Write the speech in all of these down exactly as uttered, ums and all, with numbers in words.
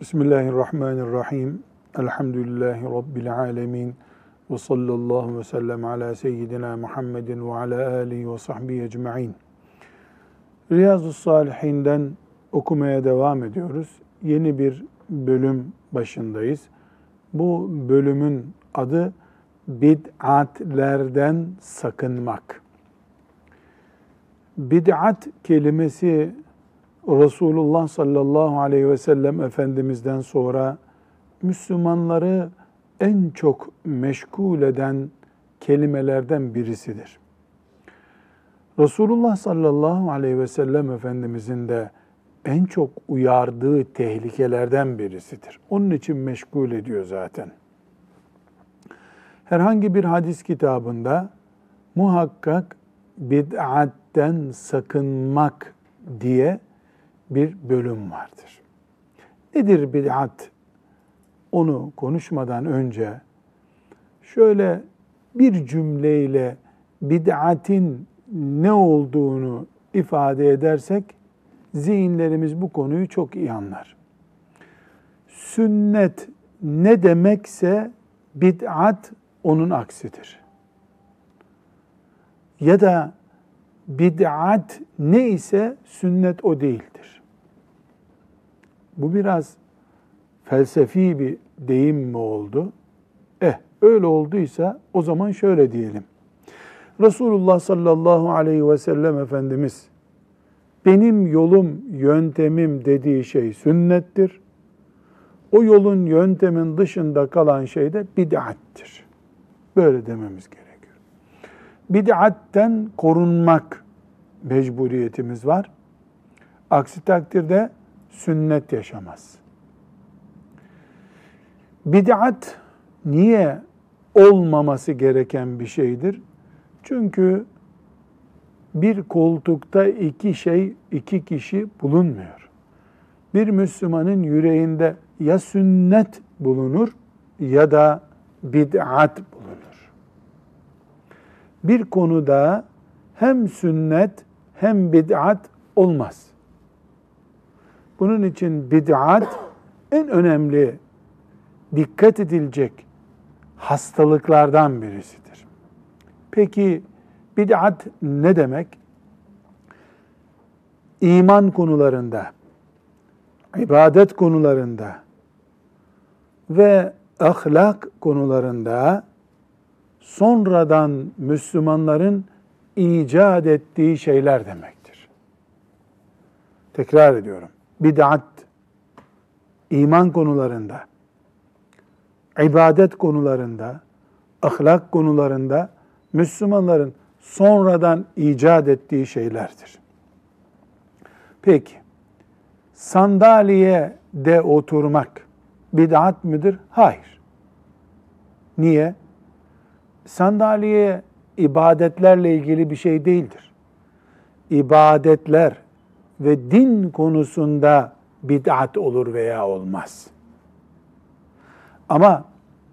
Bismillahirrahmanirrahim. Elhamdülillahi Rabbil alemin. Ve sallallahu ve sellem ala seyyidina Muhammedin ve ala alihi ve sahbihi ecma'in. Riyazu's-Salihinden okumaya devam ediyoruz. Yeni bir bölüm başındayız. Bu bölümün adı bid'atlerden sakınmak. Bid'at kelimesi Resulullah sallallahu aleyhi ve sellem Efendimiz'den sonra Müslümanları en çok meşgul eden kelimelerden birisidir. Resulullah sallallahu aleyhi ve sellem Efendimiz'in de en çok uyardığı tehlikelerden birisidir. Onun için meşgul ediyor zaten. Herhangi bir hadis kitabında muhakkak bid'atten sakınmak diye bir bölüm vardır. Nedir bid'at? Onu konuşmadan önce şöyle bir cümleyle bid'atin ne olduğunu ifade edersek zihinlerimiz bu konuyu çok iyi anlar. Sünnet ne demekse bid'at onun aksidir. Ya da bid'at ne ise sünnet o değildir. Bu biraz felsefi bir deyim mi oldu? Eh, öyle olduysa o zaman şöyle diyelim. Resulullah sallallahu aleyhi ve sellem Efendimiz, benim yolum, yöntemim dediği şey sünnettir. O yolun, yöntemin dışında kalan şey de bid'attir. Böyle dememiz gerekiyor. Bid'atten korunmak mecburiyetimiz var. Aksi takdirde sünnet yaşamaz. Bid'at niye olmaması gereken bir şeydir? Çünkü bir koltukta iki şey, iki kişi bulunmuyor. Bir Müslümanın yüreğinde ya sünnet bulunur ya da bid'at bulunur. Bir konuda hem sünnet hem bid'at olmaz. Bunun için bid'at en önemli dikkat edilecek hastalıklardan birisidir. Peki bid'at ne demek? İman konularında, ibadet konularında ve ahlak konularında sonradan Müslümanların icat ettiği şeyler demektir. Tekrar ediyorum. Bid'at, iman konularında, ibadet konularında, ahlak konularında Müslümanların sonradan icat ettiği şeylerdir. Peki, sandalyede oturmak bid'at mıdır? Hayır. Niye? Sandalye ibadetlerle ilgili bir şey değildir. İbadetler ve din konusunda bid'at olur veya olmaz. Ama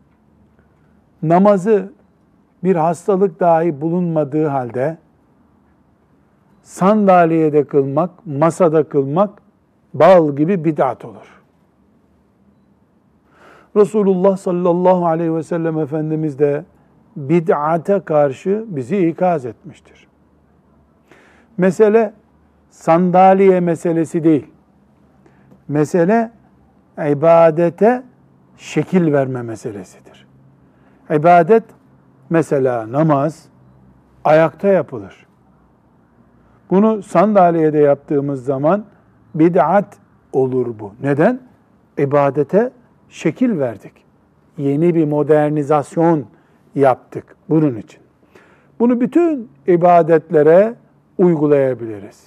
namazı bir hastalık dahi bulunmadığı halde sandalyede kılmak, masada kılmak bal gibi bid'at olur. Resulullah sallallahu aleyhi ve sellem Efendimiz de bid'ate karşı bizi ikaz etmiştir. Mesele sandalye meselesi değil. Mesele ibadete şekil verme meselesidir. İbadet, mesela namaz, ayakta yapılır. Bunu sandalyede yaptığımız zaman bid'at olur bu. Neden? İbadete şekil verdik. Yeni bir modernizasyon yaptık bunun için. Bunu bütün ibadetlere uygulayabiliriz.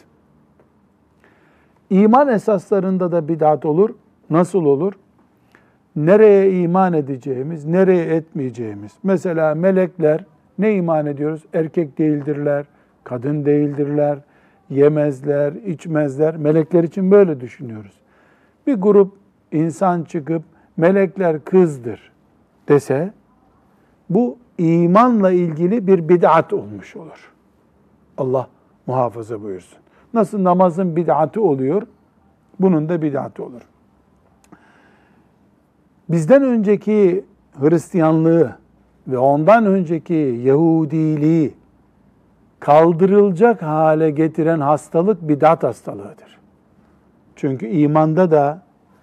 İman esaslarında da bid'at olur. Nasıl olur? Nereye iman edeceğimiz, nereye etmeyeceğimiz. Mesela melekler, ne iman ediyoruz? Erkek değildirler, kadın değildirler, yemezler, içmezler. Melekler için böyle düşünüyoruz. Bir grup insan çıkıp melekler kızdır dese, bu imanla ilgili bir bid'at olmuş olur. Allah muhafaza buyursun. Nasıl namazın bid'atı oluyor, bunun da bid'atı olur. bizden önceki Hristiyanlığı ve ondan önceki Yahudiliği kaldırılacak hale getiren hastalık bid'at hastalığıdır. Çünkü imanda da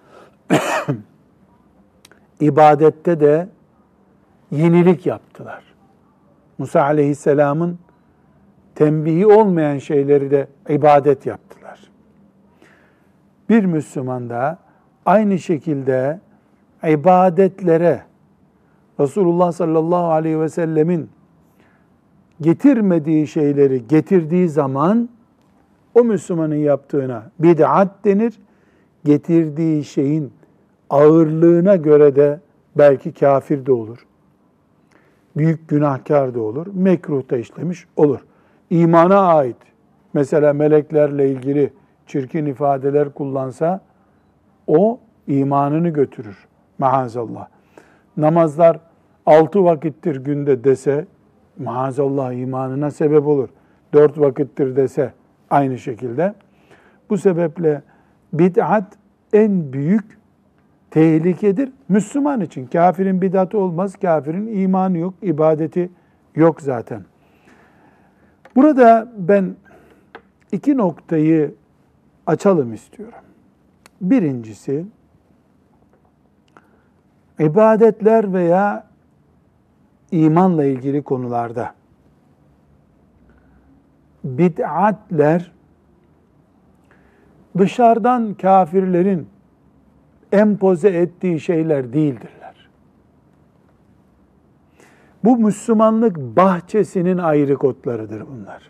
ibadette de yenilik yaptılar. Musa aleyhisselamın tembihi olmayan şeyleri de ibadet yaptılar. Bir Müslüman da aynı şekilde ibadetlere Resulullah sallallahu aleyhi ve sellemin getirmediği şeyleri getirdiği zaman o Müslümanın yaptığına bid'at denir. Getirdiği şeyin ağırlığına göre de belki kafir de olur. Büyük günahkar da olur. Mekruh da işlemiş olur. İmana ait, mesela meleklerle ilgili çirkin ifadeler kullansa o imanını götürür. Maazallah. Namazlar altı vakittir günde dese maazallah imanına sebep olur. Dört vakittir dese aynı şekilde. Bu sebeple bid'at en büyük tehlikedir Müslüman için. Kafirin bid'atı olmaz. Kafirin imanı yok, ibadeti yok zaten. Burada ben iki noktayı açalım istiyorum. Birincisi, ibadetler veya imanla ilgili konularda bid'atler dışarıdan kafirlerin empoze ettiği şeyler değildirler. Bu Müslümanlık bahçesinin ayrı kotlarıdır bunlar.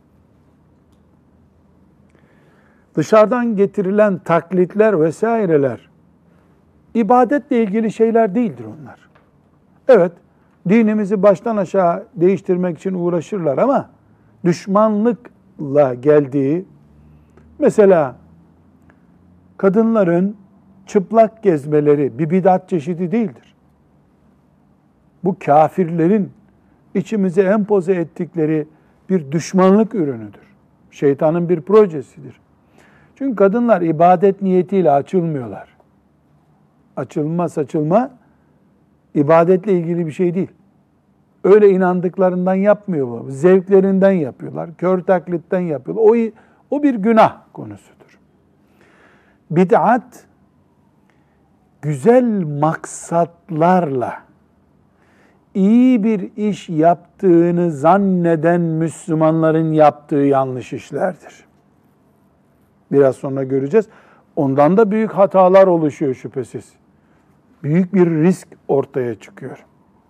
Dışarıdan getirilen taklitler vesaireler ibadetle ilgili şeyler değildir onlar. Evet, dinimizi baştan aşağı değiştirmek için uğraşırlar ama düşmanlıkla geldiği, mesela kadınların çıplak gezmeleri bir bid'at çeşidi değildir. Bu kafirlerin içimize empoze ettikleri bir düşmanlık ürünüdür. Şeytanın bir projesidir. Çünkü kadınlar ibadet niyetiyle açılmıyorlar. Açılma saçılma ibadetle ilgili bir şey değil. Öyle inandıklarından yapmıyorlar. Zevklerinden yapıyorlar. Kör taklitten yapıyorlar. O, o bir günah konusudur. Bid'at güzel maksatlarla iyi bir iş yaptığını zanneden Müslümanların yaptığı yanlış işlerdir. Biraz sonra göreceğiz. Ondan da büyük hatalar oluşuyor şüphesiz. Büyük bir risk ortaya çıkıyor.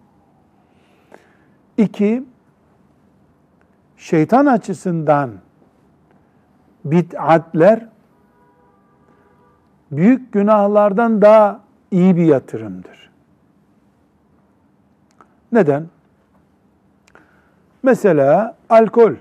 İki, şeytan açısından bid'atler büyük günahlardan daha iyi bir yatırımdır. Neden? Mesela alkol,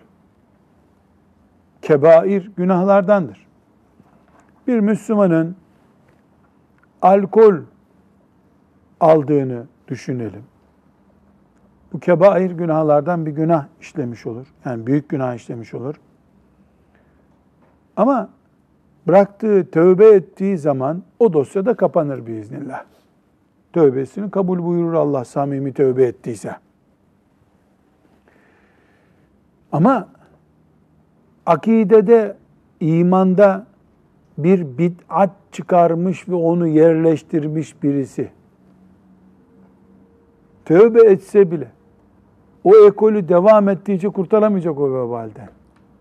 kebair günahlardandır. Bir Müslümanın alkol aldığını düşünelim. Bu kebair günahlardan bir günah işlemiş olur. Yani büyük günah işlemiş olur. Ama bıraktığı, tövbe ettiği zaman o dosya da kapanır biiznillah. Tövbesini kabul buyurur Allah samimi tövbe ettiyse. Ama akidede, imanda bir bid'at çıkarmış ve onu yerleştirmiş birisi tövbe etse bile o ekolü devam ettiğince kurtaramayacak o vebalden.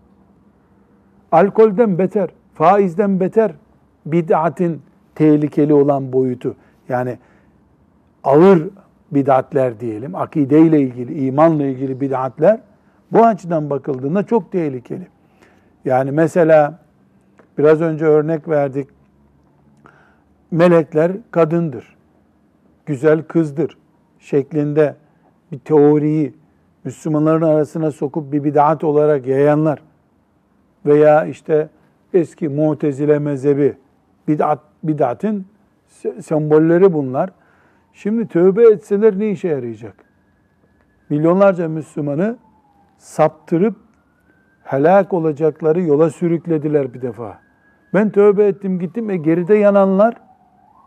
Alkolden beter, faizden beter bid'atin tehlikeli olan boyutu. Yani ağır bid'atler diyelim, akideyle ilgili, imanla ilgili bid'atler bu açıdan bakıldığında çok tehlikeli. Yani mesela biraz önce örnek verdik. Melekler kadındır, güzel kızdır şeklinde bir teoriyi Müslümanların arasına sokup bir bid'at olarak yayanlar veya işte eski Mu'tezile mezhebi bid'at, bid'atın sembolleri bunlar. Şimdi tövbe etseler ne işe yarayacak? Milyonlarca Müslümanı saptırıp helak olacakları yola sürüklediler bir defa. Ben tövbe ettim gittim. E geride yananlar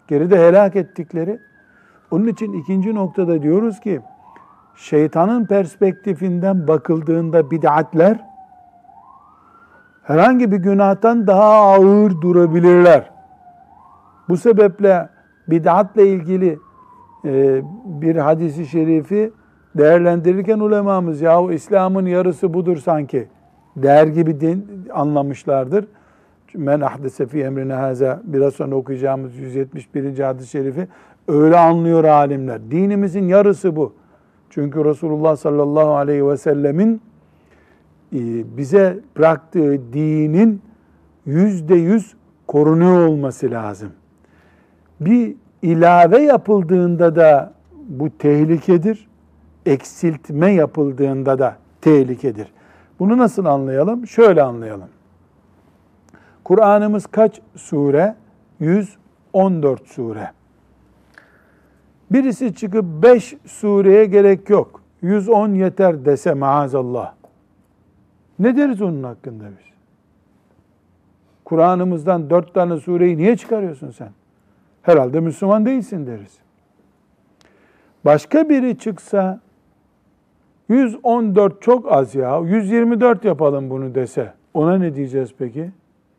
geride helak ettikleri. Onun için ikinci noktada diyoruz ki, şeytanın perspektifinden bakıldığında bid'atler herhangi bir günahtan daha ağır durabilirler. Bu sebeple bid'atla ilgili e, bir hadisi şerifi değerlendirirken ulemamız yahu İslam'ın yarısı budur sanki der gibi de, anlamışlardır. Men ahdese fi emrine haza, biraz sonra okuyacağımız yüz yetmiş birinci hadis-i şerifi öyle anlıyor alimler. Dinimizin yarısı bu. Çünkü Resulullah sallallahu aleyhi ve sellemin bize bıraktığı dinin yüzde yüz korunuyor olması lazım. Bir ilave yapıldığında da bu tehlikedir. Eksiltme yapıldığında da tehlikedir. Bunu nasıl anlayalım? Şöyle anlayalım. Kur'an'ımız kaç sure? yüz on dört sure. Birisi çıkıp beş sureye gerek yok, yüz on yeter dese maazallah. Ne deriz onun hakkında biz? Kur'an'ımızdan dört tane sureyi niye çıkarıyorsun sen? Herhalde Müslüman değilsin deriz. Başka biri çıksa yüz on dört çok az ya, yüz yirmi dört yapalım bunu dese, ona ne diyeceğiz peki?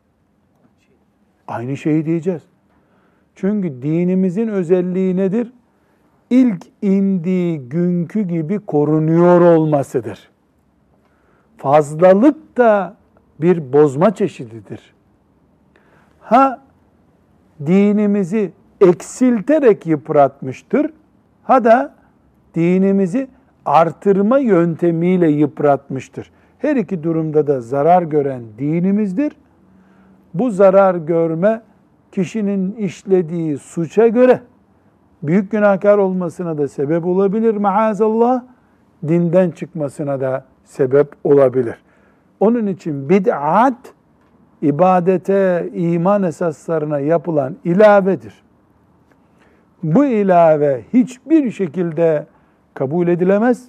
Aynı şeyi diyeceğiz. Çünkü dinimizin özelliği nedir? İlk indiği günkü gibi korunuyor olmasıdır. Fazlalık da bir bozma çeşididir. Ha dinimizi eksilterek yıpratmıştır, ha da dinimizi artırma yöntemiyle yıpratmıştır. Her iki durumda da zarar gören dinimizdir. Bu zarar görme kişinin işlediği suça göre büyük günahkar olmasına da sebep olabilir maazallah, dinden çıkmasına da sebep olabilir. Onun için bid'at, ibadete, iman esaslarına yapılan ilavedir. Bu ilave hiçbir şekilde kabul edilemez.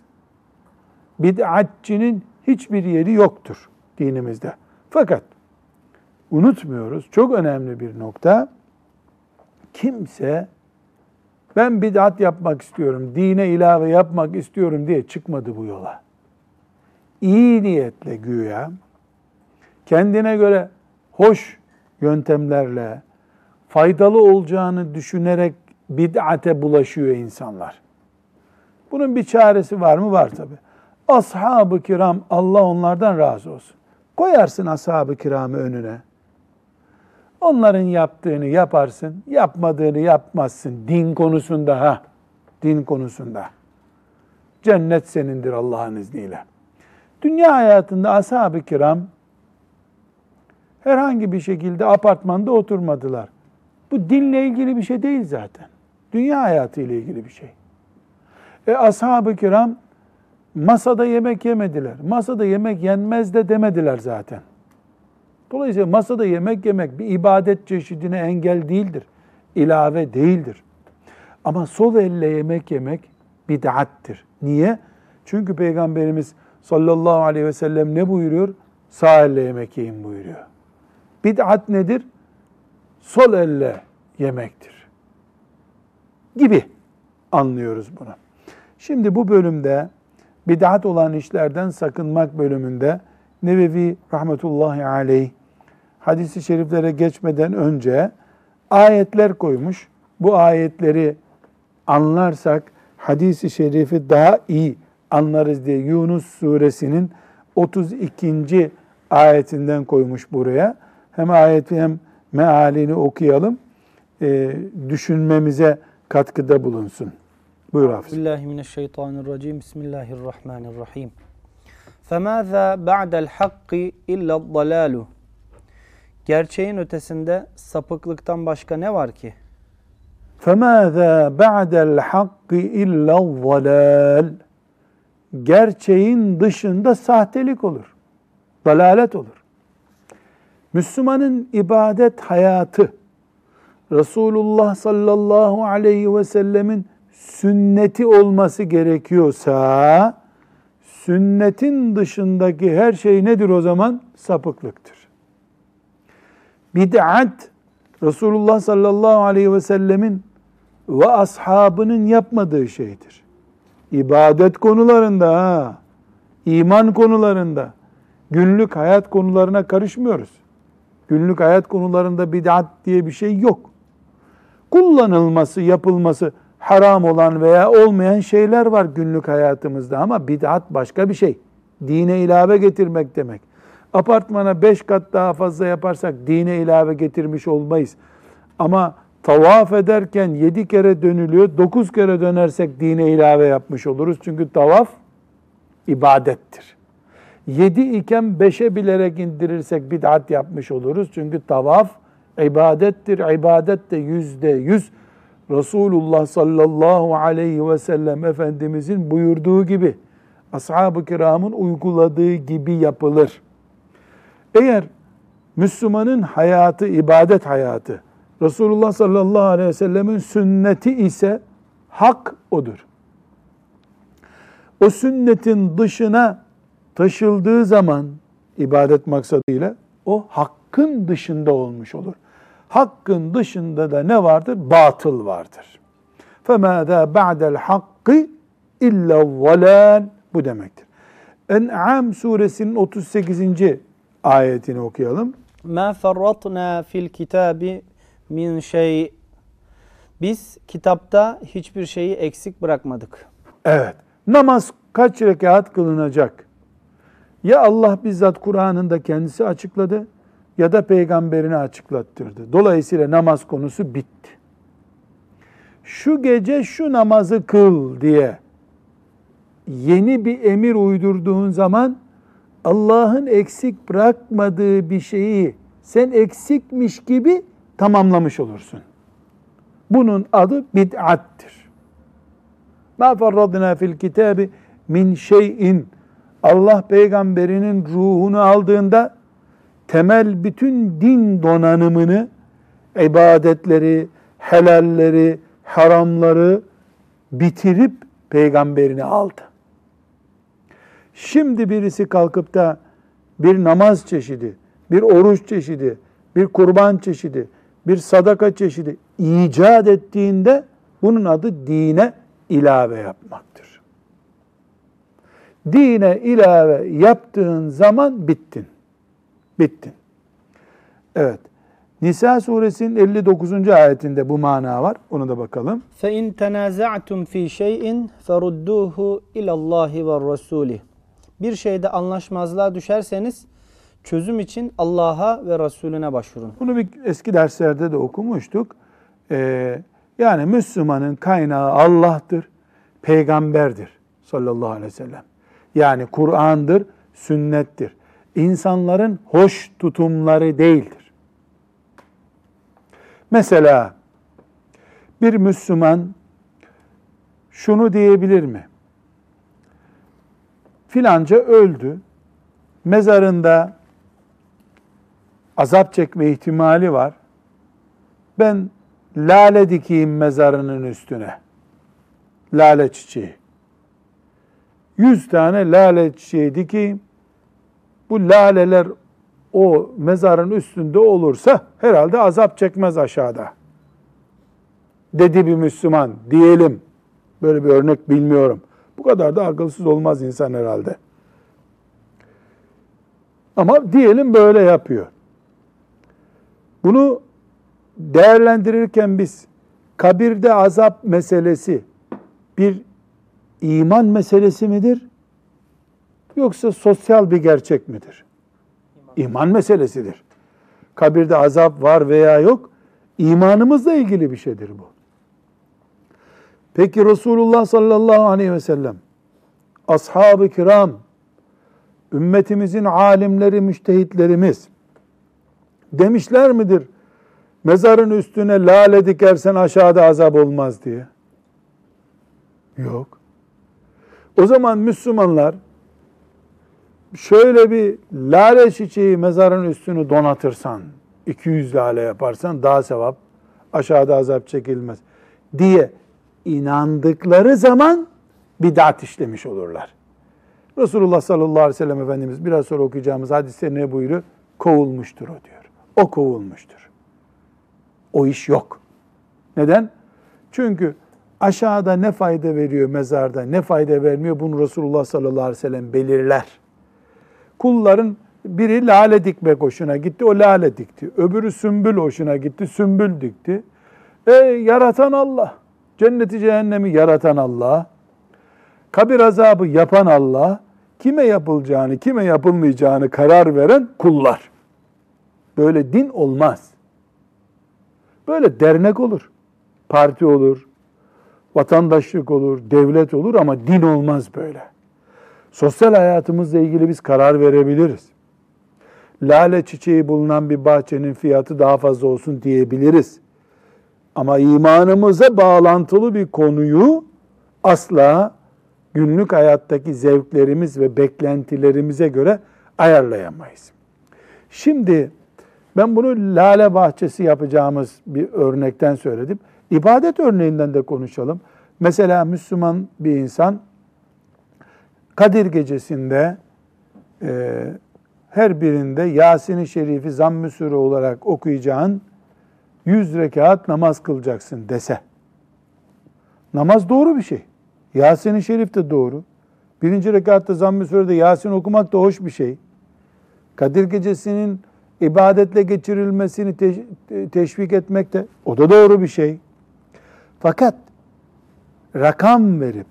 Bid'atçinin hiçbir yeri yoktur dinimizde. Fakat unutmuyoruz, çok önemli bir nokta, kimse ben bid'at yapmak istiyorum, dine ilave yapmak istiyorum diye çıkmadı bu yola. İyi niyetle güya, kendine göre hoş yöntemlerle, faydalı olacağını düşünerek bid'ate bulaşıyor insanlar. Bunun bir çaresi var mı? Var tabi. Ashab-ı kiram, Allah onlardan razı olsun. Koyarsın ashab-ı kiramı önüne. Onların yaptığını yaparsın, yapmadığını yapmazsın. Din konusunda ha, din konusunda. Cennet senindir Allah'ın izniyle. Dünya hayatında ashab-ı kiram herhangi bir şekilde apartmanda oturmadılar. Bu dinle ilgili bir şey değil zaten. Dünya hayatı ile ilgili bir şey. E ashab-ı kiram masada yemek yemediler. Masada yemek yenmez de demediler zaten. Dolayısıyla masada yemek yemek bir ibadet çeşidine engel değildir. İlave değildir. Ama sol elle yemek yemek bid'attir. Niye? Çünkü Peygamberimiz sallallahu aleyhi ve sellem ne buyuruyor? Sağ elle yemek yiyin buyuruyor. Bid'at nedir? Sol elle yemektir. Gibi anlıyoruz bunu. Şimdi bu bölümde bid'at olan işlerden sakınmak bölümünde Nevevi rahmetullahi aleyh hadis-i şeriflere geçmeden önce ayetler koymuş. Bu ayetleri anlarsak hadis-i şerifi daha iyi anlarız diye Yunus suresinin otuz ikinci ayetinden koymuş buraya. Hem ayeti hem mealini okuyalım. E, düşünmemize katkıda bulunsun. Buyur Hafız. Bismillahirrahmanirrahim. Bismillahirrahmanirrahim. فَمَاذَا بَعْدَ الْحَقِّ اِلَّا الضَّلَالُ. Gerçeğin ötesinde sapıklıktan başka ne var ki? فَمَاذَا بَعْدَ الْحَقِّ اِلَّا الضَّلَالُ. Gerçeğin dışında sahtelik olur. Dalalet olur. Müslümanın ibadet hayatı, Resulullah sallallahu aleyhi ve sellemin sünneti olması gerekiyorsa, sünnetin dışındaki her şey nedir o zaman? Sapıklıktır. Bid'at, Resulullah sallallahu aleyhi ve sellemin ve ashabının yapmadığı şeydir. İbadet konularında, ha, iman konularında, günlük hayat konularına karışmıyoruz. Günlük hayat konularında bid'at diye bir şey yok. Kullanılması, yapılması haram olan veya olmayan şeyler var günlük hayatımızda ama bid'at başka bir şey. Dine ilave getirmek demek. Apartmana beş kat daha fazla yaparsak dine ilave getirmiş olmayız. Ama tavaf ederken yedi kere dönülüyor, dokuz kere dönersek dine ilave yapmış oluruz. Çünkü tavaf ibadettir. Yedi iken beşe bilerek indirirsek bid'at yapmış oluruz. Çünkü tavaf ibadettir. İbadet de yüzde yüz Resulullah sallallahu aleyhi ve sellem Efendimizin buyurduğu gibi, ashab-ı kiramın uyguladığı gibi yapılır. Eğer Müslümanın hayatı, ibadet hayatı, Resulullah sallallahu aleyhi ve sellemin sünneti ise hak odur. O sünnetin dışına taşıldığı zaman ibadet maksadıyla o hakkın dışında olmuş olur. Hakkın dışında da ne vardır? Batıl vardır. فَمَاذَا بَعْدَ الْحَقِّ اِلَّا الظَّلَالِ Bu demektir. En'am suresinin otuz sekizinci ayetini okuyalım. مَا فَرَّطْنَا فِي الْكِتَابِ min şey. Biz kitapta hiçbir şeyi eksik bırakmadık. Evet. Namaz kaç rekat kılınacak? Ya Allah bizzat Kur'an'ında kendisi açıkladı ya da peygamberini açıklattırdı. Dolayısıyla namaz konusu bitti. Şu gece şu namazı kıl diye yeni bir emir uydurduğun zaman Allah'ın eksik bırakmadığı bir şeyi sen eksikmiş gibi tamamlamış olursun. Bunun adı bid'attir. مَا فَرَّضْنَا فِي الْكِتَابِ min şeyin. Allah peygamberinin ruhunu aldığında temel bütün din donanımını, ibadetleri, helalleri, haramları bitirip peygamberini aldı. Şimdi birisi kalkıp da bir namaz çeşidi, bir oruç çeşidi, bir kurban çeşidi, bir sadaka çeşidi icat ettiğinde bunun adı dine ilave yapmaktır. Dine ilave yaptığın zaman bittin. Bittin. Evet. Nisa suresinin elli dokuzuncu ayetinde bu mana var. Ona da bakalım. فَاِنْ تَنَازَعْتُمْ ف۪ي شَيْءٍ فَرُدُّوهُ اِلَى اللّٰهِ وَالرَّسُولِ Bir şeyde anlaşmazlığa düşerseniz çözüm için Allah'a ve Resulüne başvurun. Bunu bir eski derslerde de okumuştuk. Ee, yani Müslümanın kaynağı Allah'tır, peygamberdir sallallahu aleyhi ve sellem. Yani Kur'an'dır, sünnettir. İnsanların hoş tutumları değildir. Mesela bir Müslüman şunu diyebilir mi? Filanca öldü, mezarında azap çekme ihtimali var. Ben lale dikeyim mezarının üstüne. Lale çiçeği. Yüz tane lale çiçeği dikeyim. Bu laleler o mezarın üstünde olursa herhalde azap çekmez aşağıda. Dedi bir Müslüman diyelim. Böyle bir örnek bilmiyorum. Bu kadar da akılsız olmaz insan herhalde. Ama diyelim böyle yapıyor. Bunu değerlendirirken biz kabirde azap meselesi bir iman meselesi midir? Yoksa sosyal bir gerçek midir? İman, İman meselesidir. Kabirde azap var veya yok, imanımızla ilgili bir şeydir bu. Peki Resulullah sallallahu aleyhi ve sellem, ashab-ı kiram, ümmetimizin alimleri, müştehitlerimiz demişler midir? Mezarın üstüne lale dikersen aşağıda azap olmaz diye. Yok. O zaman Müslümanlar şöyle bir lale çiçeği mezarın üstünü donatırsan, iki yüz lale yaparsan daha sevap, aşağıda azap çekilmez diye inandıkları zaman bid'at işlemiş olurlar. Resulullah sallallahu aleyhi ve sellem Efendimiz biraz sonra okuyacağımız hadiste ne buyuruyor? Kovulmuştur o diyor. O kovulmuştur. O iş yok. Neden? Çünkü aşağıda ne fayda veriyor mezarda, ne fayda vermiyor bunu Resulullah sallallahu aleyhi ve sellem belirler. Kulların biri lale dikmek hoşuna gitti, o lale dikti. Öbürü sümbül hoşuna gitti, sümbül dikti. E yaratan Allah, cenneti cehennemi yaratan Allah, kabir azabı yapan Allah, kime yapılacağını, kime yapılmayacağını karar veren kullar. Böyle din olmaz. Böyle dernek olur, parti olur, vatandaşlık olur, devlet olur ama din olmaz böyle. Sosyal hayatımızla ilgili biz karar verebiliriz. Lale çiçeği bulunan bir bahçenin fiyatı daha fazla olsun diyebiliriz. Ama imanımıza bağlantılı bir konuyu asla günlük hayattaki zevklerimiz ve beklentilerimize göre ayarlayamayız. Şimdi ben bunu lale bahçesi yapacağımız bir örnekten söyledim. İbadet örneğinden de konuşalım. Mesela Müslüman bir insan Kadir Gecesi'nde e, her birinde Yasin-i Şerif'i zamm-ı sure olarak okuyacağın yüz rekat namaz kılacaksın dese. Namaz doğru bir şey. Yasin-i Şerif de doğru. Birinci rekatta zamm-ı surede Yasin okumak da hoş bir şey. Kadir Gecesi'nin ibadetle geçirilmesini te- teşvik etmek de o da doğru bir şey. Fakat rakam verip,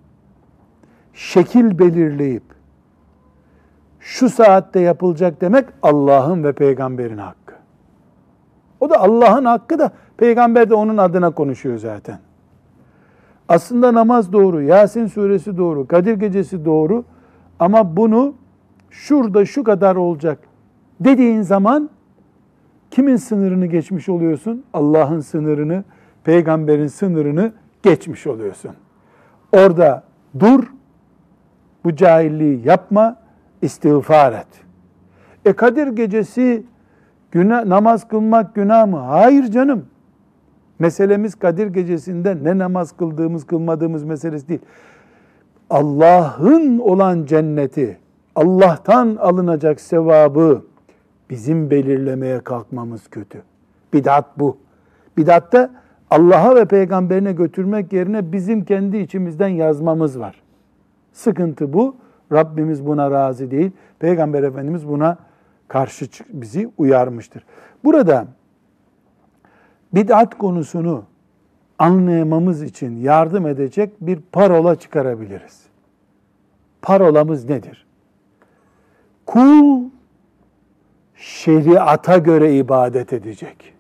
şekil belirleyip, şu saatte yapılacak demek Allah'ın ve peygamberin hakkı. O da Allah'ın hakkı da peygamber de onun adına konuşuyor zaten. Aslında namaz doğru, Yasin suresi doğru, Kadir Gecesi doğru ama bunu şurada şu kadar olacak dediğin zaman kimin sınırını geçmiş oluyorsun? Allah'ın sınırını, peygamberin sınırını geçmiş oluyorsun. Orada dur, bu cahilliği yapma, istiğfar et. E Kadir Gecesi günah, namaz kılmak günah mı? Hayır canım. Meselemiz Kadir Gecesi'nde ne namaz kıldığımız, kılmadığımız meselesi değil. Allah'ın olan cenneti, Allah'tan alınacak sevabı bizim belirlemeye kalkmamız kötü. Bid'at bu. Bid'atta Allah'a ve peygamberine götürmek yerine bizim kendi içimizden yazmamız var. Sıkıntı bu. Rabbimiz buna razı değil. Peygamber Efendimiz buna karşı bizi uyarmıştır. Burada bid'at konusunu anlayamamız için yardım edecek bir parola çıkarabiliriz. Parolamız nedir? Kul şeriata göre ibadet edecek.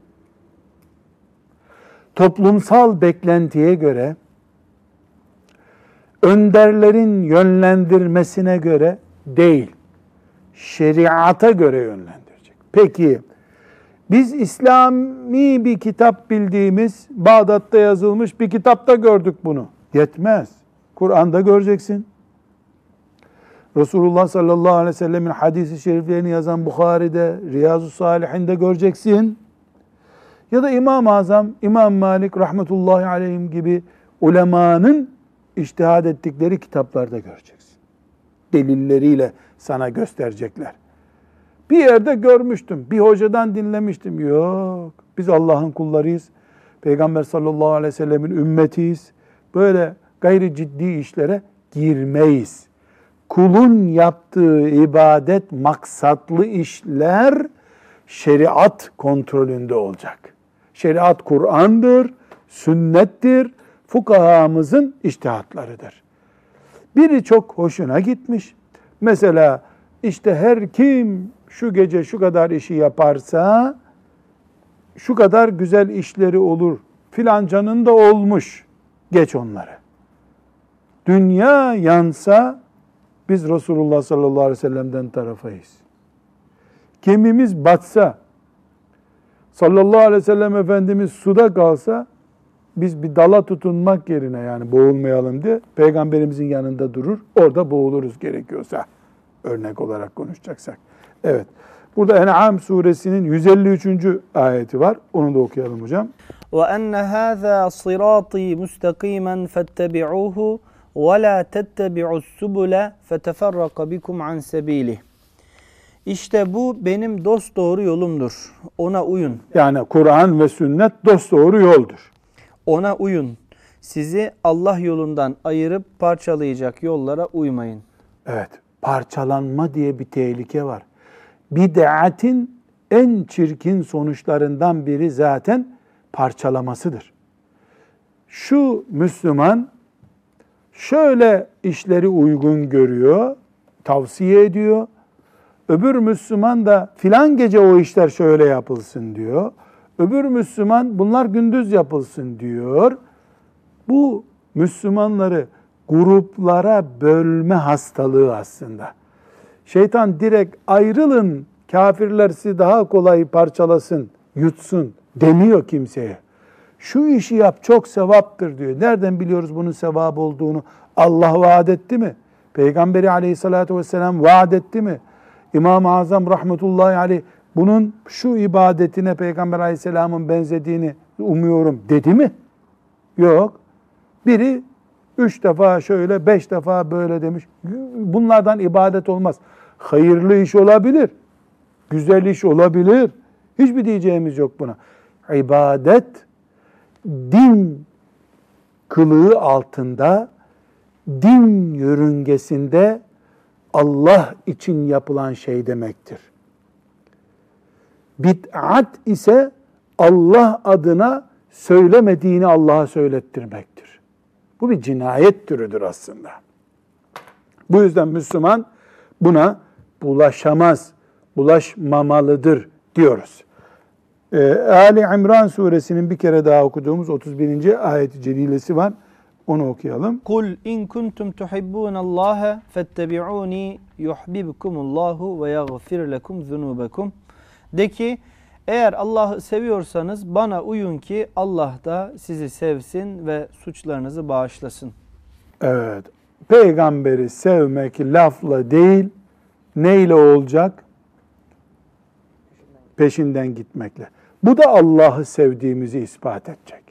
Toplumsal beklentiye göre, önderlerin yönlendirmesine göre değil, şeriata göre yönlendirecek. Peki, biz İslami bir kitap bildiğimiz, Bağdat'ta yazılmış bir kitapta gördük bunu. Yetmez. Kur'an'da göreceksin. Resulullah sallallahu aleyhi ve sellemin hadis-i şeriflerini yazan Bukhari'de, Riyazu Salihin'de göreceksin. Ya da İmam-ı Azam, İmam Malik rahmetullahi aleyhim gibi ulemanın içtihad ettikleri kitaplarda göreceksin. Delilleriyle sana gösterecekler. Bir yerde görmüştüm, bir hocadan dinlemiştim. Yok, biz Allah'ın kullarıyız. Peygamber sallallahu aleyhi ve sellemin ümmetiyiz. Böyle gayri ciddi işlere girmeyiz. Kulun yaptığı ibadet maksatlı işler şeriat kontrolünde olacak. Şeriat Kur'an'dır, sünnettir, fukahamızın içtihatlarıdır. Biri çok hoşuna gitmiş. Mesela işte her kim şu gece şu kadar işi yaparsa şu kadar güzel işleri olur. Filancanın da olmuş. Geç onları. Dünya yansa biz Resulullah sallallahu aleyhi ve sellem'den tarafayız. Gemimiz batsa, sallallahu aleyhi ve sellem Efendimiz suda kalsa, biz bir dala tutunmak yerine yani boğulmayalım diye Peygamberimizin yanında durur, orada boğuluruz gerekiyorsa. Örnek olarak konuşacaksak. Evet. Burada En'am suresinin yüz elli üçüncü ayeti var. Onu da okuyalım hocam. وَاَنَّ هَذَا صِرَاطِي مُسْتَقِيمًا فَاتَّبِعُوهُ وَلَا تَتَّبِعُوا السُّبُلَ فَتَفَرَّقَ بِكُمْ عَنْ سَبِيلِهِ. İşte bu benim dosdoğru yolumdur. Ona uyun. Yani Kur'an ve sünnet dosdoğru yoldur. Ona uyun. Sizi Allah yolundan ayırıp parçalayacak yollara uymayın. Evet, parçalanma diye bir tehlike var. Bid'atin en çirkin sonuçlarından biri zaten parçalamasıdır. Şu Müslüman şöyle işleri uygun görüyor, tavsiye ediyor. Öbür Müslüman da filan gece o işler şöyle yapılsın diyor. Öbür Müslüman bunlar gündüz yapılsın diyor. Bu Müslümanları gruplara bölme hastalığı aslında. Şeytan direkt ayrılın, kafirler sizi daha kolay parçalasın, yutsun demiyor kimseye. Şu işi yap çok sevaptır diyor. Nereden biliyoruz bunun sevap olduğunu? Allah vaat etti mi? Peygamberi aleyhissalatü vesselam vaat etti mi? İmam-ı Azam rahmetullahi aleyh bunun şu ibadetine Peygamber aleyhisselamın benzediğini umuyorum dedi mi? Yok. Biri üç defa şöyle, beş defa böyle demiş. Bunlardan ibadet olmaz. Hayırlı iş olabilir. Güzel iş olabilir. Hiçbir diyeceğimiz yok buna. İbadet, din kılığı altında, din yörüngesinde Allah için yapılan şey demektir. Bid'at ise Allah adına söylemediğini Allah'a söylettirmektir. Bu bir cinayet türüdür aslında. Bu yüzden Müslüman buna bulaşamaz, bulaşmamalıdır diyoruz. Ee, Ali İmran suresinin bir kere daha okuduğumuz otuz birinci ayet-i celilesi var. Onu okuyalım. Kul in kuntum tuhibbunallaha fettabi'uni yuhibbukumullahu ve yaghfir lekum zunubakum. De ki eğer Allah'ı seviyorsanız bana uyun ki Allah da sizi sevsin ve suçlarınızı bağışlasın. Evet. Peygamberi sevmek lafla değil, neyle olacak? Peşinden gitmekle. Bu da Allah'ı sevdiğimizi ispat edecek.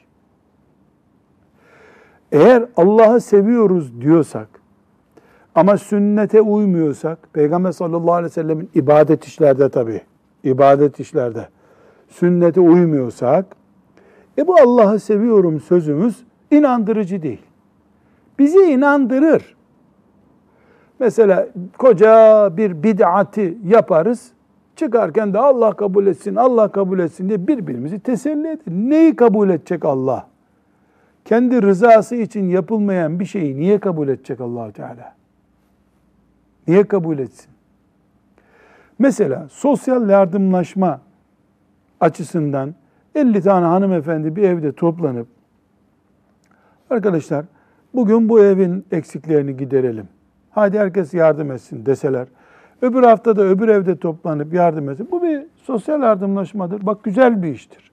Eğer Allah'ı seviyoruz diyorsak ama sünnete uymuyorsak, Peygamber sallallahu aleyhi ve sellemin ibadet işlerde tabii, ibadet işlerde sünnete uymuyorsak, e bu Allah'ı seviyorum sözümüz inandırıcı değil. Bizi inandırır. Mesela koca bir bid'ati yaparız, çıkarken de Allah kabul etsin, Allah kabul etsin diye birbirimizi teselli edin. Neyi kabul edecek Allah? Kendi rızası için yapılmayan bir şeyi niye kabul edecek Allah Teala? Niye kabul etsin? Mesela sosyal yardımlaşma açısından elli tane hanımefendi bir evde toplanıp arkadaşlar bugün bu evin eksiklerini giderelim. Hadi herkes yardım etsin deseler. Öbür hafta da öbür evde toplanıp yardım etsin. Bu bir sosyal yardımlaşmadır. Bak güzel bir iştir.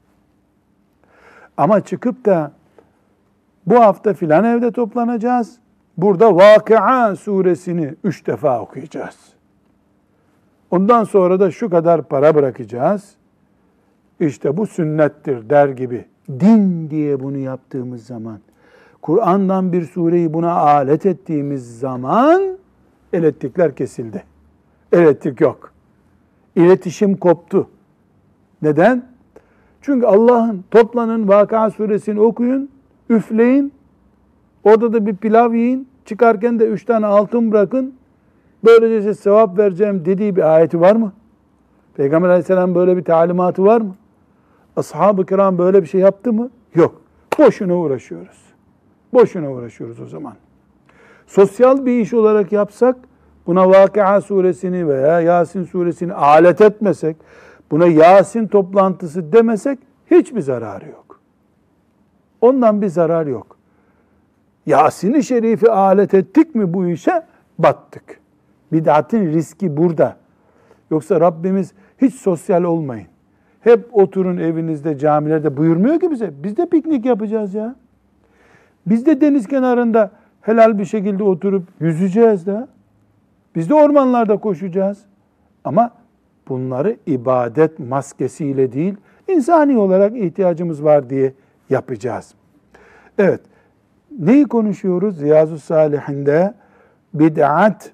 Ama çıkıp da bu hafta filan evde toplanacağız. Burada Vakıa suresini üç defa okuyacağız. Ondan sonra da şu kadar para bırakacağız. İşte bu sünnettir der gibi. Din diye bunu yaptığımız zaman, Kur'an'dan bir sureyi buna alet ettiğimiz zaman elektrikler kesildi. Elektrik yok. İletişim koptu. Neden? Çünkü Allah'ın toplanın Vakıa suresini okuyun, üfleyin, orada da bir pilav yiyin, çıkarken de üç tane altın bırakın, böylece size sevap vereceğim dediği bir ayeti var mı? Peygamber aleyhisselam böyle bir talimatı var mı? Ashab-ı kiram böyle bir şey yaptı mı? Yok. Boşuna uğraşıyoruz. Boşuna uğraşıyoruz o zaman. Sosyal bir iş olarak yapsak, buna Vakıa suresini veya Yasin suresini alet etmesek, buna Yasin toplantısı demesek hiçbir zararı yok. Ondan bir zarar yok. Yasin-i Şerif'i alet ettik mi bu işe? Battık. Bid'atin riski burada. Yoksa Rabbimiz hiç sosyal olmayın. Hep oturun evinizde, camilerde buyurmuyor ki bize. Biz de piknik yapacağız ya. Biz de deniz kenarında helal bir şekilde oturup yüzeceğiz de. Biz de ormanlarda koşacağız. Ama bunları ibadet maskesiyle değil, insani olarak ihtiyacımız var diye yapacağız. Evet, neyi konuşuyoruz? Riyazu Salihinde bid'at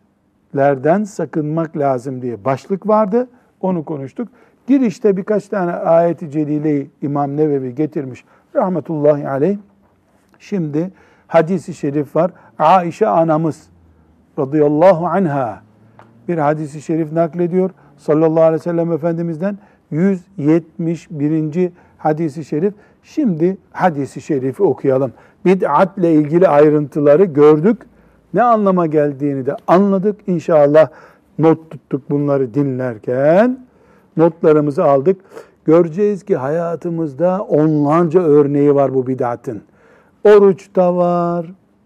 bid'atlerden sakınmak lazım diye başlık vardı. Onu konuştuk. Girişte birkaç tane ayet-i celileyi İmam Nevevi getirmiş. Rahmetullahi aleyh. Şimdi hadisi şerif var. Aişe anamız radıyallahu anha bir hadisi şerif naklediyor. Sallallahu aleyhi ve sellem Efendimiz'den yüz yetmiş birinci hadisi şerif. Şimdi hadisi şerifi okuyalım. Bid'atle ilgili ayrıntıları gördük. Ne anlama geldiğini de anladık. İnşallah not tuttuk bunları dinlerken. Notlarımızı aldık. Göreceğiz ki hayatımızda onlarca örneği var bu bid'atın. Oruçta var,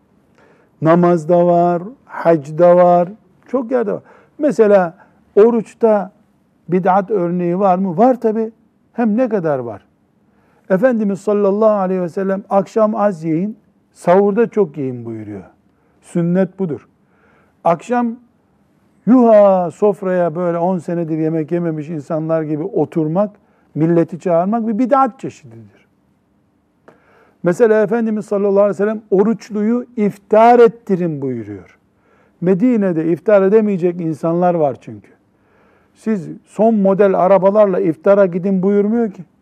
namazda var, hacda var, çok yerde var. Mesela oruçta bid'at örneği var mı? Var tabi. Hem ne kadar var? Efendimiz sallallahu aleyhi ve sellem akşam az yiyin, sahurda çok yiyin buyuruyor. Sünnet budur. Akşam yuha sofraya böyle on senedir yemek yememiş insanlar gibi oturmak, milleti çağırmak bir bid'at çeşididir. Mesela Efendimiz sallallahu aleyhi ve sellem oruçluyu iftar ettirin buyuruyor. Medine'de iftar edemeyecek insanlar var çünkü. Siz son model arabalarla iftara gidin buyurmuyor ki.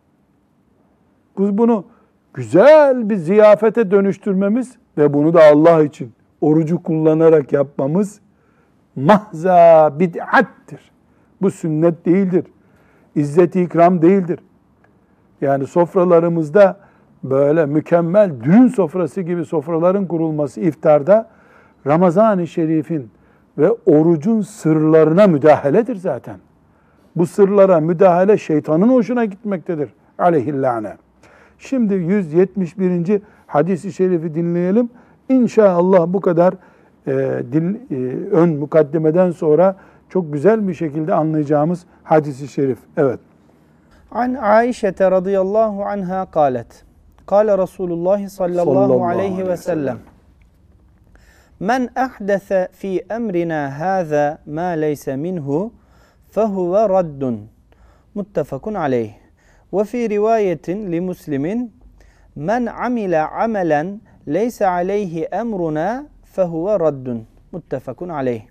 Biz bunu güzel bir ziyafete dönüştürmemiz ve bunu da Allah için orucu kullanarak yapmamız mahza bid'attir. Bu sünnet değildir. İzzet-i ikram değildir. Yani sofralarımızda böyle mükemmel düğün sofrası gibi sofraların kurulması iftarda Ramazan-ı Şerif'in ve orucun sırlarına müdahaledir zaten. Bu sırlara müdahale şeytanın hoşuna gitmektedir. Aleyhillâne. Şimdi yüz yetmiş birinci hadis-i şerifi dinleyelim. İnşallah bu kadar e, dil, e, ön mukaddemeden sonra çok güzel bir şekilde anlayacağımız hadis-i şerif. Evet. An Aişe radıyallahu anha kalet. Kâle Resulullah sallallahu aleyhi ve sellem. Men ahdese fi emrina hâzâ mâ leyse minhu fehuve raddun. Muttefakun aleyh. Ve fi rivayetin li muslimin men amile amelen leyse aleyhi emruna fehuve raddun. Muttefakun aleyh.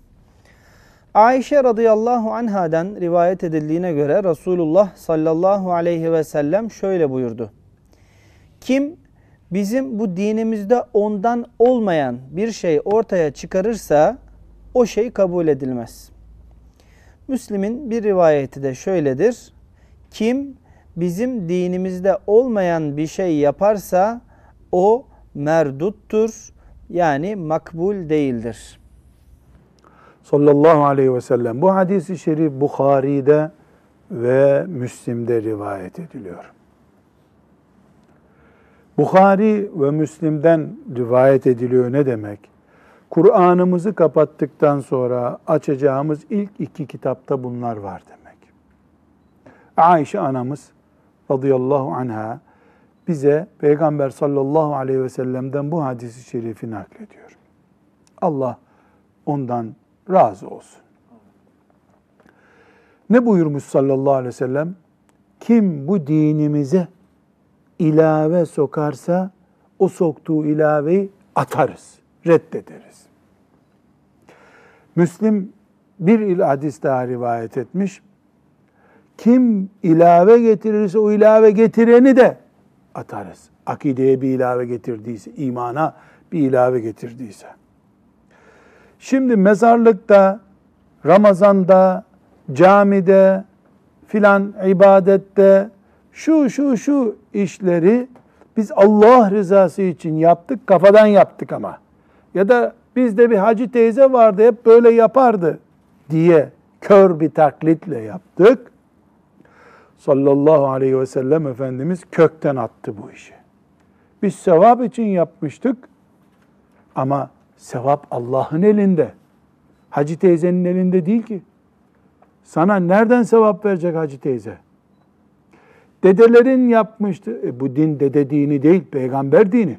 Ayşe radıyallahu anhadan rivayet edildiğine göre Resulullah sallallahu aleyhi ve sellem şöyle buyurdu. Kim bizim bu dinimizde ondan olmayan bir şey ortaya çıkarırsa o şey kabul edilmez. Müslim'in bir rivayeti de şöyledir. Kim bizim dinimizde olmayan bir şey yaparsa o merduttur, yani makbul değildir. Sallallahu aleyhi ve sellem. Bu hadis-i şerif Bukhari'de ve Müslim'de rivayet ediliyor. Bukhari ve Müslim'den rivayet ediliyor ne demek? Kur'an'ımızı kapattıktan sonra açacağımız ilk iki kitapta bunlar var demek. Aişe anamız radıyallahu anha bize Peygamber sallallahu aleyhi ve sellem'den bu hadis-i şerifi naklediyor. Allah ondan razı olsun. Ne buyurmuş sallallahu aleyhi ve sellem? Kim bu dinimize ilave sokarsa o soktuğu ilaveyi atarız, reddederiz. Müslim bir hadis daha rivayet etmiş. Kim ilave getirirse o ilave getireni de atarız. Akideye bir ilave getirdiyse, imana bir ilave getirdiyse. Şimdi mezarlıkta, Ramazan'da, camide, filan ibadette şu şu şu işleri biz Allah rızası için yaptık, kafadan yaptık ama. Ya da bizde bir hacı teyze vardı, hep böyle yapardı diye kör bir taklitle yaptık. Sallallahu aleyhi ve sellem Efendimiz kökten attı bu işi. Biz sevap için yapmıştık ama sevap Allah'ın elinde. Hacı teyzenin elinde değil ki. Sana nereden sevap verecek hacı teyze? Dedelerin yapmıştı. E bu din dede dini değil, peygamber dini.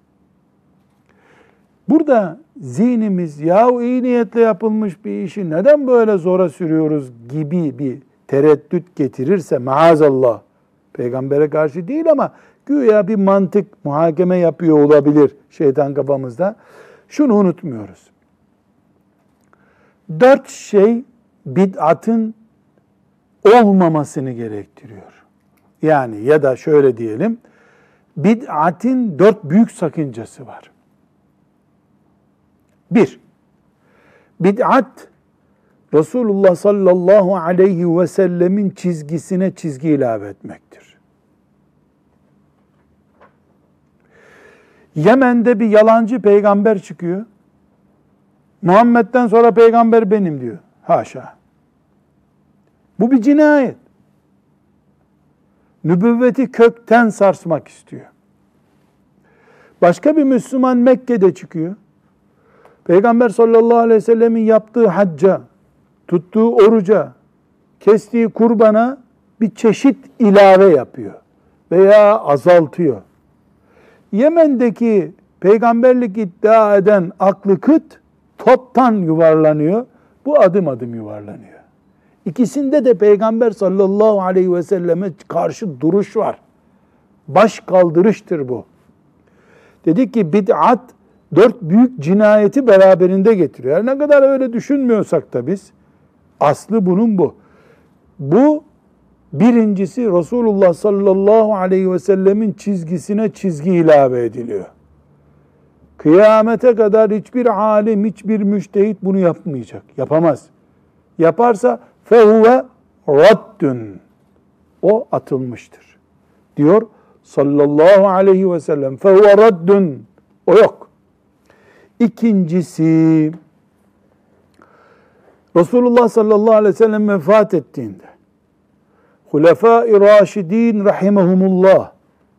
Burada zihnimiz ya iyi niyetle yapılmış bir işi neden böyle zora sürüyoruz gibi bir tereddüt getirirse maazallah, peygambere karşı değil ama güya bir mantık muhakeme yapıyor olabilir şeytan kafamızda. Şunu unutmuyoruz. Dört şey bid'atın olmamasını gerektiriyor. Yani ya da şöyle diyelim, bid'atin dört büyük sakıncası var. Bir, bid'at Resulullah sallallahu aleyhi ve sellemin çizgisine çizgi ilave etmektir. Yemen'de bir yalancı peygamber çıkıyor. Muhammed'den sonra peygamber benim diyor. Haşa. Bu bir cinayet. Nübüvveti kökten sarsmak istiyor. Başka bir Müslüman Mekke'de çıkıyor. Peygamber sallallahu aleyhi ve sellemin yaptığı hacca, tuttuğu oruca, kestiği kurbana bir çeşit ilave yapıyor veya azaltıyor. Yemen'deki peygamberlik iddia eden aklı kıt toptan yuvarlanıyor. Bu adım adım yuvarlanıyor. İkisinde de Peygamber sallallahu aleyhi ve selleme karşı duruş var. Baş kaldırıştır bu. Dedik ki bid'at dört büyük cinayeti beraberinde getiriyor. Her ne kadar öyle düşünmüyorsak da biz, aslı bunun bu. Bu birincisi Resulullah sallallahu aleyhi ve sellemin çizgisine çizgi ilave ediliyor. Kıyamete kadar hiçbir alim, hiçbir müştehit bunu yapmayacak. Yapamaz. Yaparsa fehuve raddun. O atılmıştır. Diyor sallallahu aleyhi ve sellem. Fehuve raddun. O yok. İkincisi, Resulullah sallallahu aleyhi ve sellem vefat ettiğinde Hulefâ-i Raşidîn rahimehumullah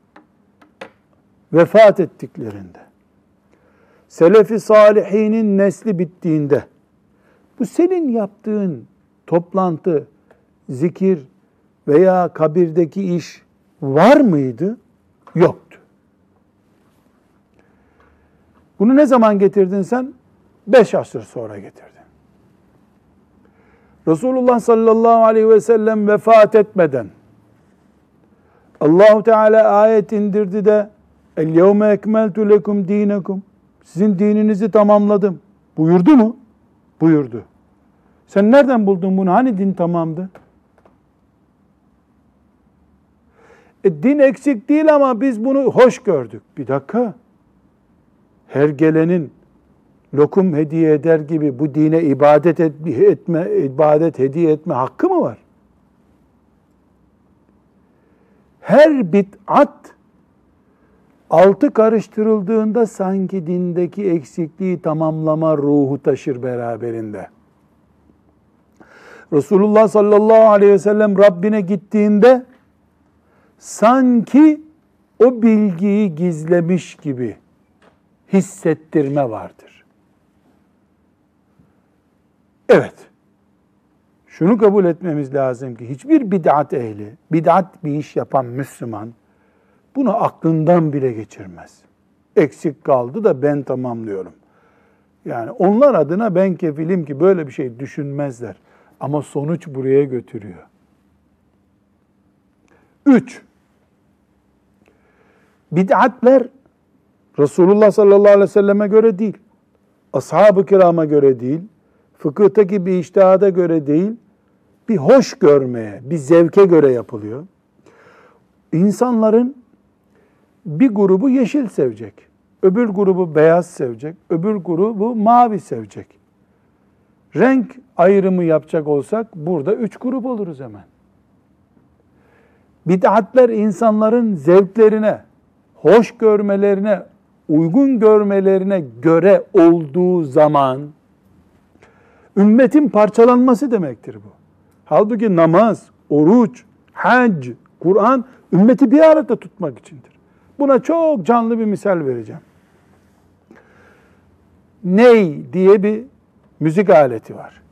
vefat ettiklerinde, Selefi salihinin nesli bittiğinde, bu senin yaptığın toplantı, zikir veya kabirdeki iş var mıydı? Yoktu. Bunu ne zaman getirdin sen? Beş asır sonra getirdin. Resulullah sallallahu aleyhi ve sellem vefat etmeden Allah-u Teala ayet indirdi de "El-yevme ekmeltu lekum dinekum" sizin dininizi tamamladım. Buyurdu mu? Buyurdu. Sen nereden buldun bunu? Hani din tamamdı? E, din eksik değil ama biz bunu hoş gördük. Bir dakika. Her gelenin lokum hediye eder gibi bu dine ibadet etme, ibadet hediye etme hakkı mı var? Her bid'at altı karıştırıldığında sanki dindeki eksikliği tamamlama ruhu taşır beraberinde. Resulullah sallallahu aleyhi ve sellem Rabbine gittiğinde sanki o bilgiyi gizlemiş gibi hissettirme vardır. Evet, şunu kabul etmemiz lazım ki hiçbir bid'at ehli, bid'at bir iş yapan Müslüman bunu aklından bile geçirmez. Eksik kaldı da ben tamamlıyorum. Yani onlar adına ben kefilim ki böyle bir şey düşünmezler. Ama sonuç buraya götürüyor. Üç, bid'atler Resulullah sallallahu aleyhi ve selleme göre değil, ashab-ı kirama göre değil, fıkıhtaki bir içtihada göre değil, bir hoş görmeye, bir zevke göre yapılıyor. İnsanların bir grubu yeşil sevecek, öbür grubu beyaz sevecek, öbür grubu mavi sevecek. Renk ayrımı yapacak olsak burada üç grup oluruz hemen. Bid'atler insanların zevklerine, hoş görmelerine, uygun görmelerine göre olduğu zaman ümmetin parçalanması demektir bu. Halbuki namaz, oruç, hac, Kur'an ümmeti bir arada tutmak içindir. Buna çok canlı bir misal vereceğim. Ney diye bir müzik aleti var.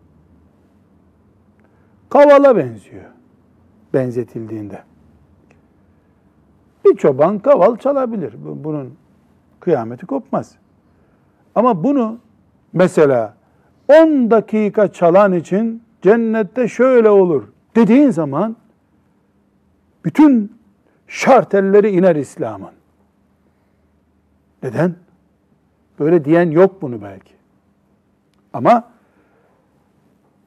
Kavala benziyor benzetildiğinde. Bir çoban kaval çalabilir. Bunun kıyameti kopmaz. Ama bunu mesela on dakika çalan için cennette şöyle olur dediğin zaman bütün şartelleri iner İslam'ın. Neden? Böyle diyen yok bunu belki. Ama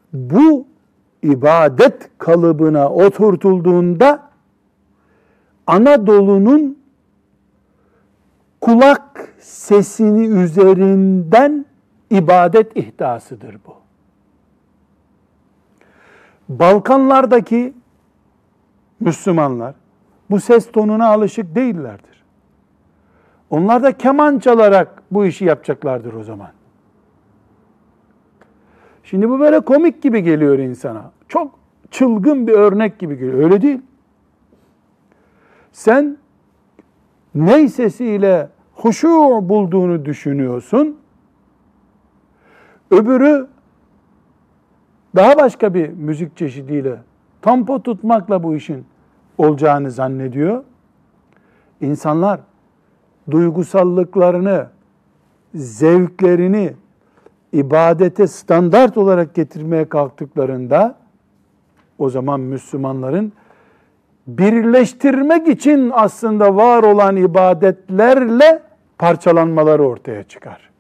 bu ibadet kalıbına oturtulduğunda Anadolu'nun kulak sesini üzerinden ibadet ihdasıdır bu. Balkanlardaki Müslümanlar bu ses tonuna alışık değillerdir. Onlar da keman çalarak bu işi yapacaklardır o zaman. Şimdi bu böyle komik gibi geliyor insana. Çok çılgın bir örnek gibi geliyor. Öyle değil. Sen ney sesiyle huşu bulduğunu düşünüyorsun. Öbürü daha başka bir müzik çeşidiyle tempo tutmakla bu işin olacağını zannediyor. İnsanlar duygusallıklarını, zevklerini ibadete standart olarak getirmeye kalktıklarında o zaman Müslümanların birleştirmek için aslında var olan ibadetlerle parçalanmaları ortaya çıkar.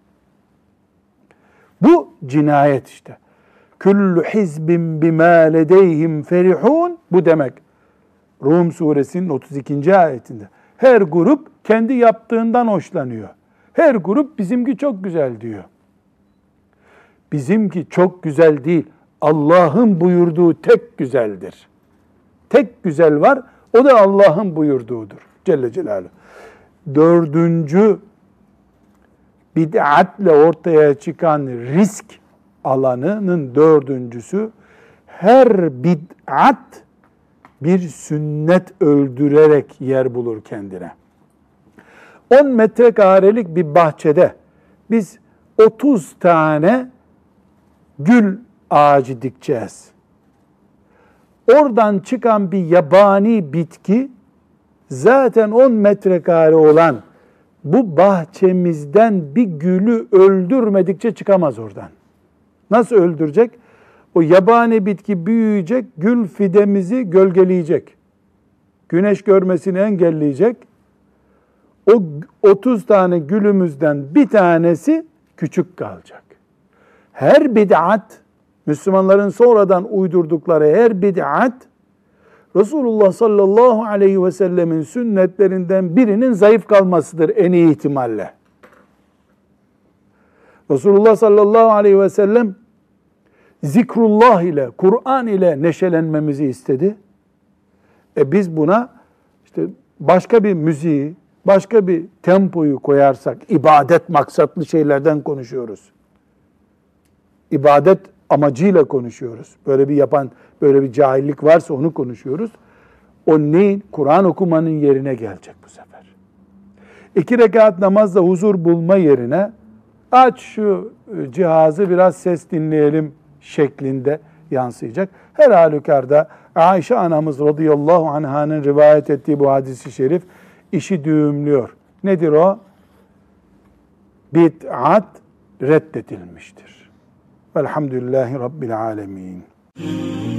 Bu cinayet işte. Kullu hizbin bima ledeyhim ferihun. Bu demek. Rum suresinin otuz ikinci ayetinde. Her grup kendi yaptığından hoşlanıyor. Her grup bizimki çok güzel diyor. Bizimki çok güzel değil. Allah'ın buyurduğu tek güzeldir. Tek güzel var. O da Allah'ın buyurduğudur. Celle Celaluhu. Dördüncü bid'atle ortaya çıkan risk alanının dördüncüsü, her bid'at bir sünnet öldürerek yer bulur kendine. on metrekarelik bir bahçede biz otuz tane gül ağacı dikeceğiz. Oradan çıkan bir yabani bitki zaten on metrekare olan bu bahçemizden bir gülü öldürmedikçe çıkamaz oradan. Nasıl öldürecek? O yabani bitki büyüyecek, gül fidemizi gölgeleyecek. Güneş görmesini engelleyecek. O otuz tane gülümüzden bir tanesi küçük kalacak. Her bid'at, Müslümanların sonradan uydurdukları her bid'at, Resulullah sallallahu aleyhi ve sellemin sünnetlerinden birinin zayıf kalmasıdır en iyi ihtimalle. Resulullah sallallahu aleyhi ve sellem zikrullah ile, Kur'an ile neşelenmemizi istedi. E biz buna işte başka bir müziği, başka bir tempoyu koyarsak, ibadet maksatlı şeylerden konuşuyoruz. İbadet amacıyla konuşuyoruz. Böyle bir yapan, böyle bir cahillik varsa onu konuşuyoruz. O neyin? Kur'an okumanın yerine gelecek bu sefer. İki rekat namazda huzur bulma yerine aç şu cihazı biraz ses dinleyelim şeklinde yansıyacak. Her halükarda Ayşe anamız radıyallahu anh'ın rivayet ettiği bu hadisi şerif işi düğümlüyor. Nedir o? Bid'at reddedilmiştir. Velhamdülillahi Rabbil alemin.